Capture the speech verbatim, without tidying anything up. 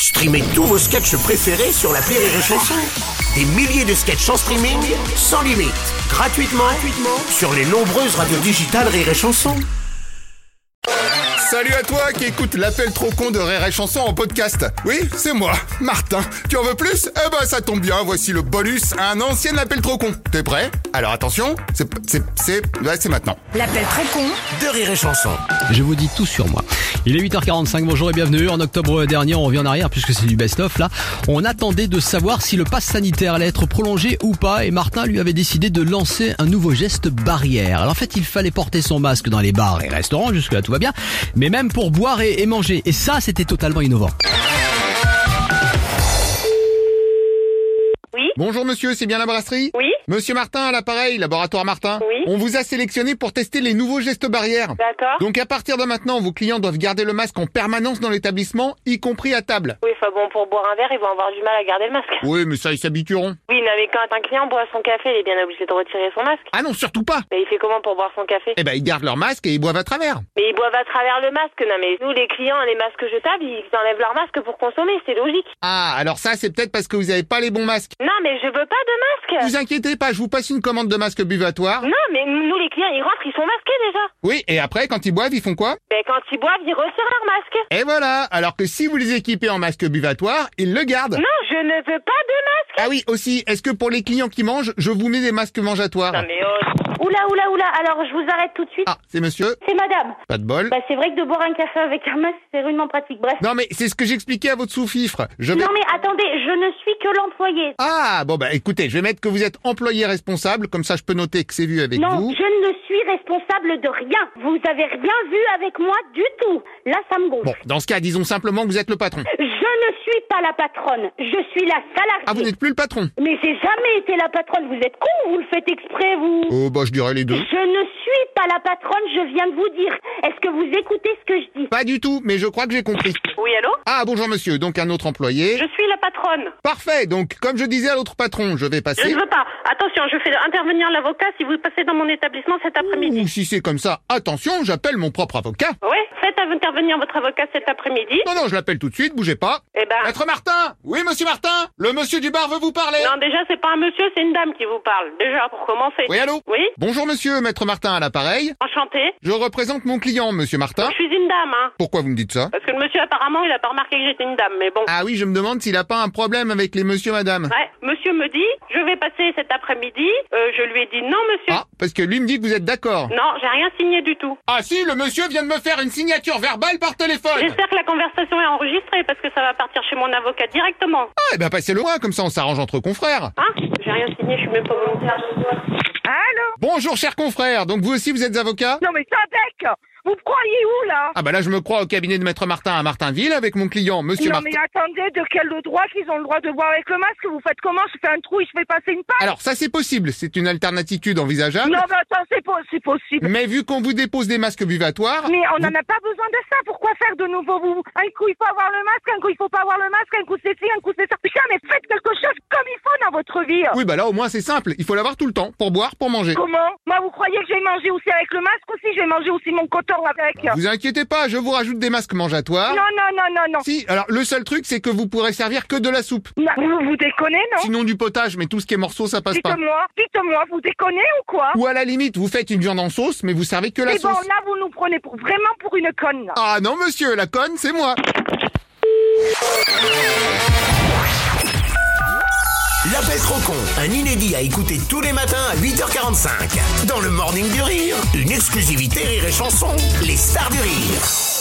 Streamez tous vos sketchs préférés sur l'appli Rire et Chanson. Des milliers de sketchs en streaming, sans limite, gratuitement, gratuitement sur les nombreuses radios digitales Rire et Chanson. Salut à toi qui écoute l'appel trop con de Rire et Chanson en podcast. Oui, c'est moi, Martin. Tu en veux plus? Eh ben ça tombe bien, voici le bonus à un ancien appel trop con. T'es prêt? Alors attention, c'est... c'est... c'est... ouais, c'est maintenant. L'appel trop con de Rire et Chanson. Je vous dis tout sur moi. Il est huit heures quarante-cinq, bonjour et bienvenue. En octobre dernier, on revient en arrière puisque c'est du best-of là. On attendait de savoir si le pass sanitaire allait être prolongé ou pas et Martin lui avait décidé de lancer un nouveau geste barrière. Alors en fait, il fallait porter son masque dans les bars et restaurants, jusque là tout va bien, mais même pour boire et, et manger. Et ça, c'était totalement innovant. Oui. Bonjour monsieur, c'est bien la brasserie? Oui. Monsieur Martin à l'appareil, laboratoire Martin. Oui. On vous a sélectionné pour tester les nouveaux gestes barrières. D'accord. Donc à partir de maintenant, vos clients doivent garder le masque en permanence dans l'établissement, y compris à table. Oui, enfin bon, pour boire un verre, ils vont avoir du mal à garder le masque. Oui, mais ça, ils s'habitueront. Oui, non, mais quand un client boit son café, il est bien obligé de retirer son masque. Ah non, surtout pas. Mais il fait comment pour boire son café? Eh ben, ils gardent leur masque et ils boivent à travers. Mais ils boivent à travers le masque. Non, mais nous, les clients, les masques jetables, ils enlèvent leur masque pour consommer, c'est logique. Ah, alors ça, c'est peut-être parce que vous avez pas les bons masques. Non, mais je veux pas de masque. Vous inquiétez pas, je vous passe une commande de masque buvatoire. Non, mais nous, les clients, ils rentrent, ils sont masqués déjà. Oui, et après, quand ils boivent, ils font quoi? Ben, quand ils boivent, ils retirent leur masque. Et voilà, alors que si vous les équipez en masque buvatoire, ils le gardent. Non, je ne veux pas de masque. Ah oui, aussi, est-ce que pour les clients qui mangent, je vous mets des masques mangatoires? Non, mais oh. Oula, oula, oula, alors je vous arrête tout de suite. Ah, c'est monsieur? C'est madame. Pas de bol. Bah, c'est vrai que de boire un café avec un masque, c'est rudement pratique. Bref. Non mais c'est ce que j'expliquais à votre sous-fifre. Je vais... Non mais attendez, je ne suis que l'employé. Ah, bon bah écoutez, je vais mettre que vous êtes employé responsable, comme ça je peux noter que c'est vu avec Non, vous. je ne suis responsable de rien. Vous avez rien vu avec moi du tout. Là, ça me gonfle. Bon, dans ce cas, disons simplement que vous êtes le patron. Je ne suis pas la patronne, je suis la salariée. Ah, vous n'êtes plus le patron? Mais j'ai jamais été la patronne, vous êtes con, vous le faites exprès, vous. Oh bah je dirais les deux. Je ne suis pas la patronne, je viens de vous dire. Est-ce que vous écoutez ce que je dis? Pas du tout, mais je crois que j'ai compris. Oui, allô? Ah, bonjour monsieur, donc un autre employé. Je suis la patronne. Parfait, donc comme je disais à l'autre patron, je vais Je passer... ne veux pas. Attention, je fais intervenir l'avocat si vous passez dans mon établissement cet après-midi. Ouh, si c'est comme ça, attention, j'appelle mon propre avocat. Oui, faites intervenir votre avocat cet après-midi. Non, non, je l'appelle tout de suite, bougez pas. Eh ben... Maître Martin! Oui, monsieur Martin? Le monsieur du bar veut vous parler. Non, déjà, c'est pas un monsieur, c'est une dame qui vous parle. Déjà, pour commencer. Oui, allô? Oui? Bonjour monsieur, Maître Martin à l'appareil. Enchanté. Je représente mon client, monsieur Martin. Je suis une dame, hein. Pourquoi vous me dites ça? Parce que le monsieur, apparemment, il a pas remarqué que j'étais une dame, mais bon. Ah oui, je me demande s'il a pas un problème avec les monsieur madame. Ouais, monsieur me dit, je vais passer cet après-midi. Euh, je lui ai dit non, monsieur. Ah, parce que lui me dit que vous êtes d'accord. Non, j'ai rien signé du tout. Ah si, le monsieur vient de me faire une signature verbale par téléphone. J'espère que la conversation est enregistrée parce que ça va partir chez mon avocat directement. Ah, eh ben passez-le moi, comme ça on s'arrange entre confrères. Hein? J'ai rien signé, je suis même pas volontaire. Allô? Bonjour chers confrères, donc vous aussi vous êtes avocat? Non mais Sadek, vous me croyez où là? Ah bah là je me crois au cabinet de Maître Martin à Martinville avec mon client, monsieur Non Martin. mais attendez, de quel droit qu'ils ont le droit de boire avec le masque? Vous faites comment? Je fais un trou et je fais passer une paille? Alors ça c'est possible, c'est une alternative envisageable. Non mais attends, c'est pas, c'est possible. Mais vu qu'on vous dépose des masques buvatoires... Mais on vous- n'en a pas besoin de ça, pourquoi faire de nouveau vous? Un coup il faut avoir le masque, un coup il faut pas avoir le masque, un coup c'est ci, un coup c'est ça. Putain mais faites quelque chose comme il faut dans votre vie. Oui bah là au moins c'est simple, il faut l'avoir tout le temps, pour boire, pour manger. Comment? Moi vous croyez que je vais manger aussi avec le masque aussi? Je vais manger aussi mon coton avec. Vous inquiétez pas, je vous rajoute des masques mangatoires. Non non non non non. Si, alors le seul truc c'est que vous pourrez servir que de la soupe. Non, vous, vous déconnez non? Sinon du potage, mais tout ce qui est morceau ça passe pas. Dites-moi, dites-moi, vous déconnez ou quoi? Ou à la limite, vous faites une viande en sauce, mais vous servez que la Et bon, sauce. là, vous nous prenez pour vraiment pour une conne, là. Ah non monsieur, la conne c'est moi. L'appel trop con, un inédit à écouter tous les matins à huit heures quarante-cinq. Dans le Morning du Rire, une exclusivité Rire et Chanson, les stars du rire.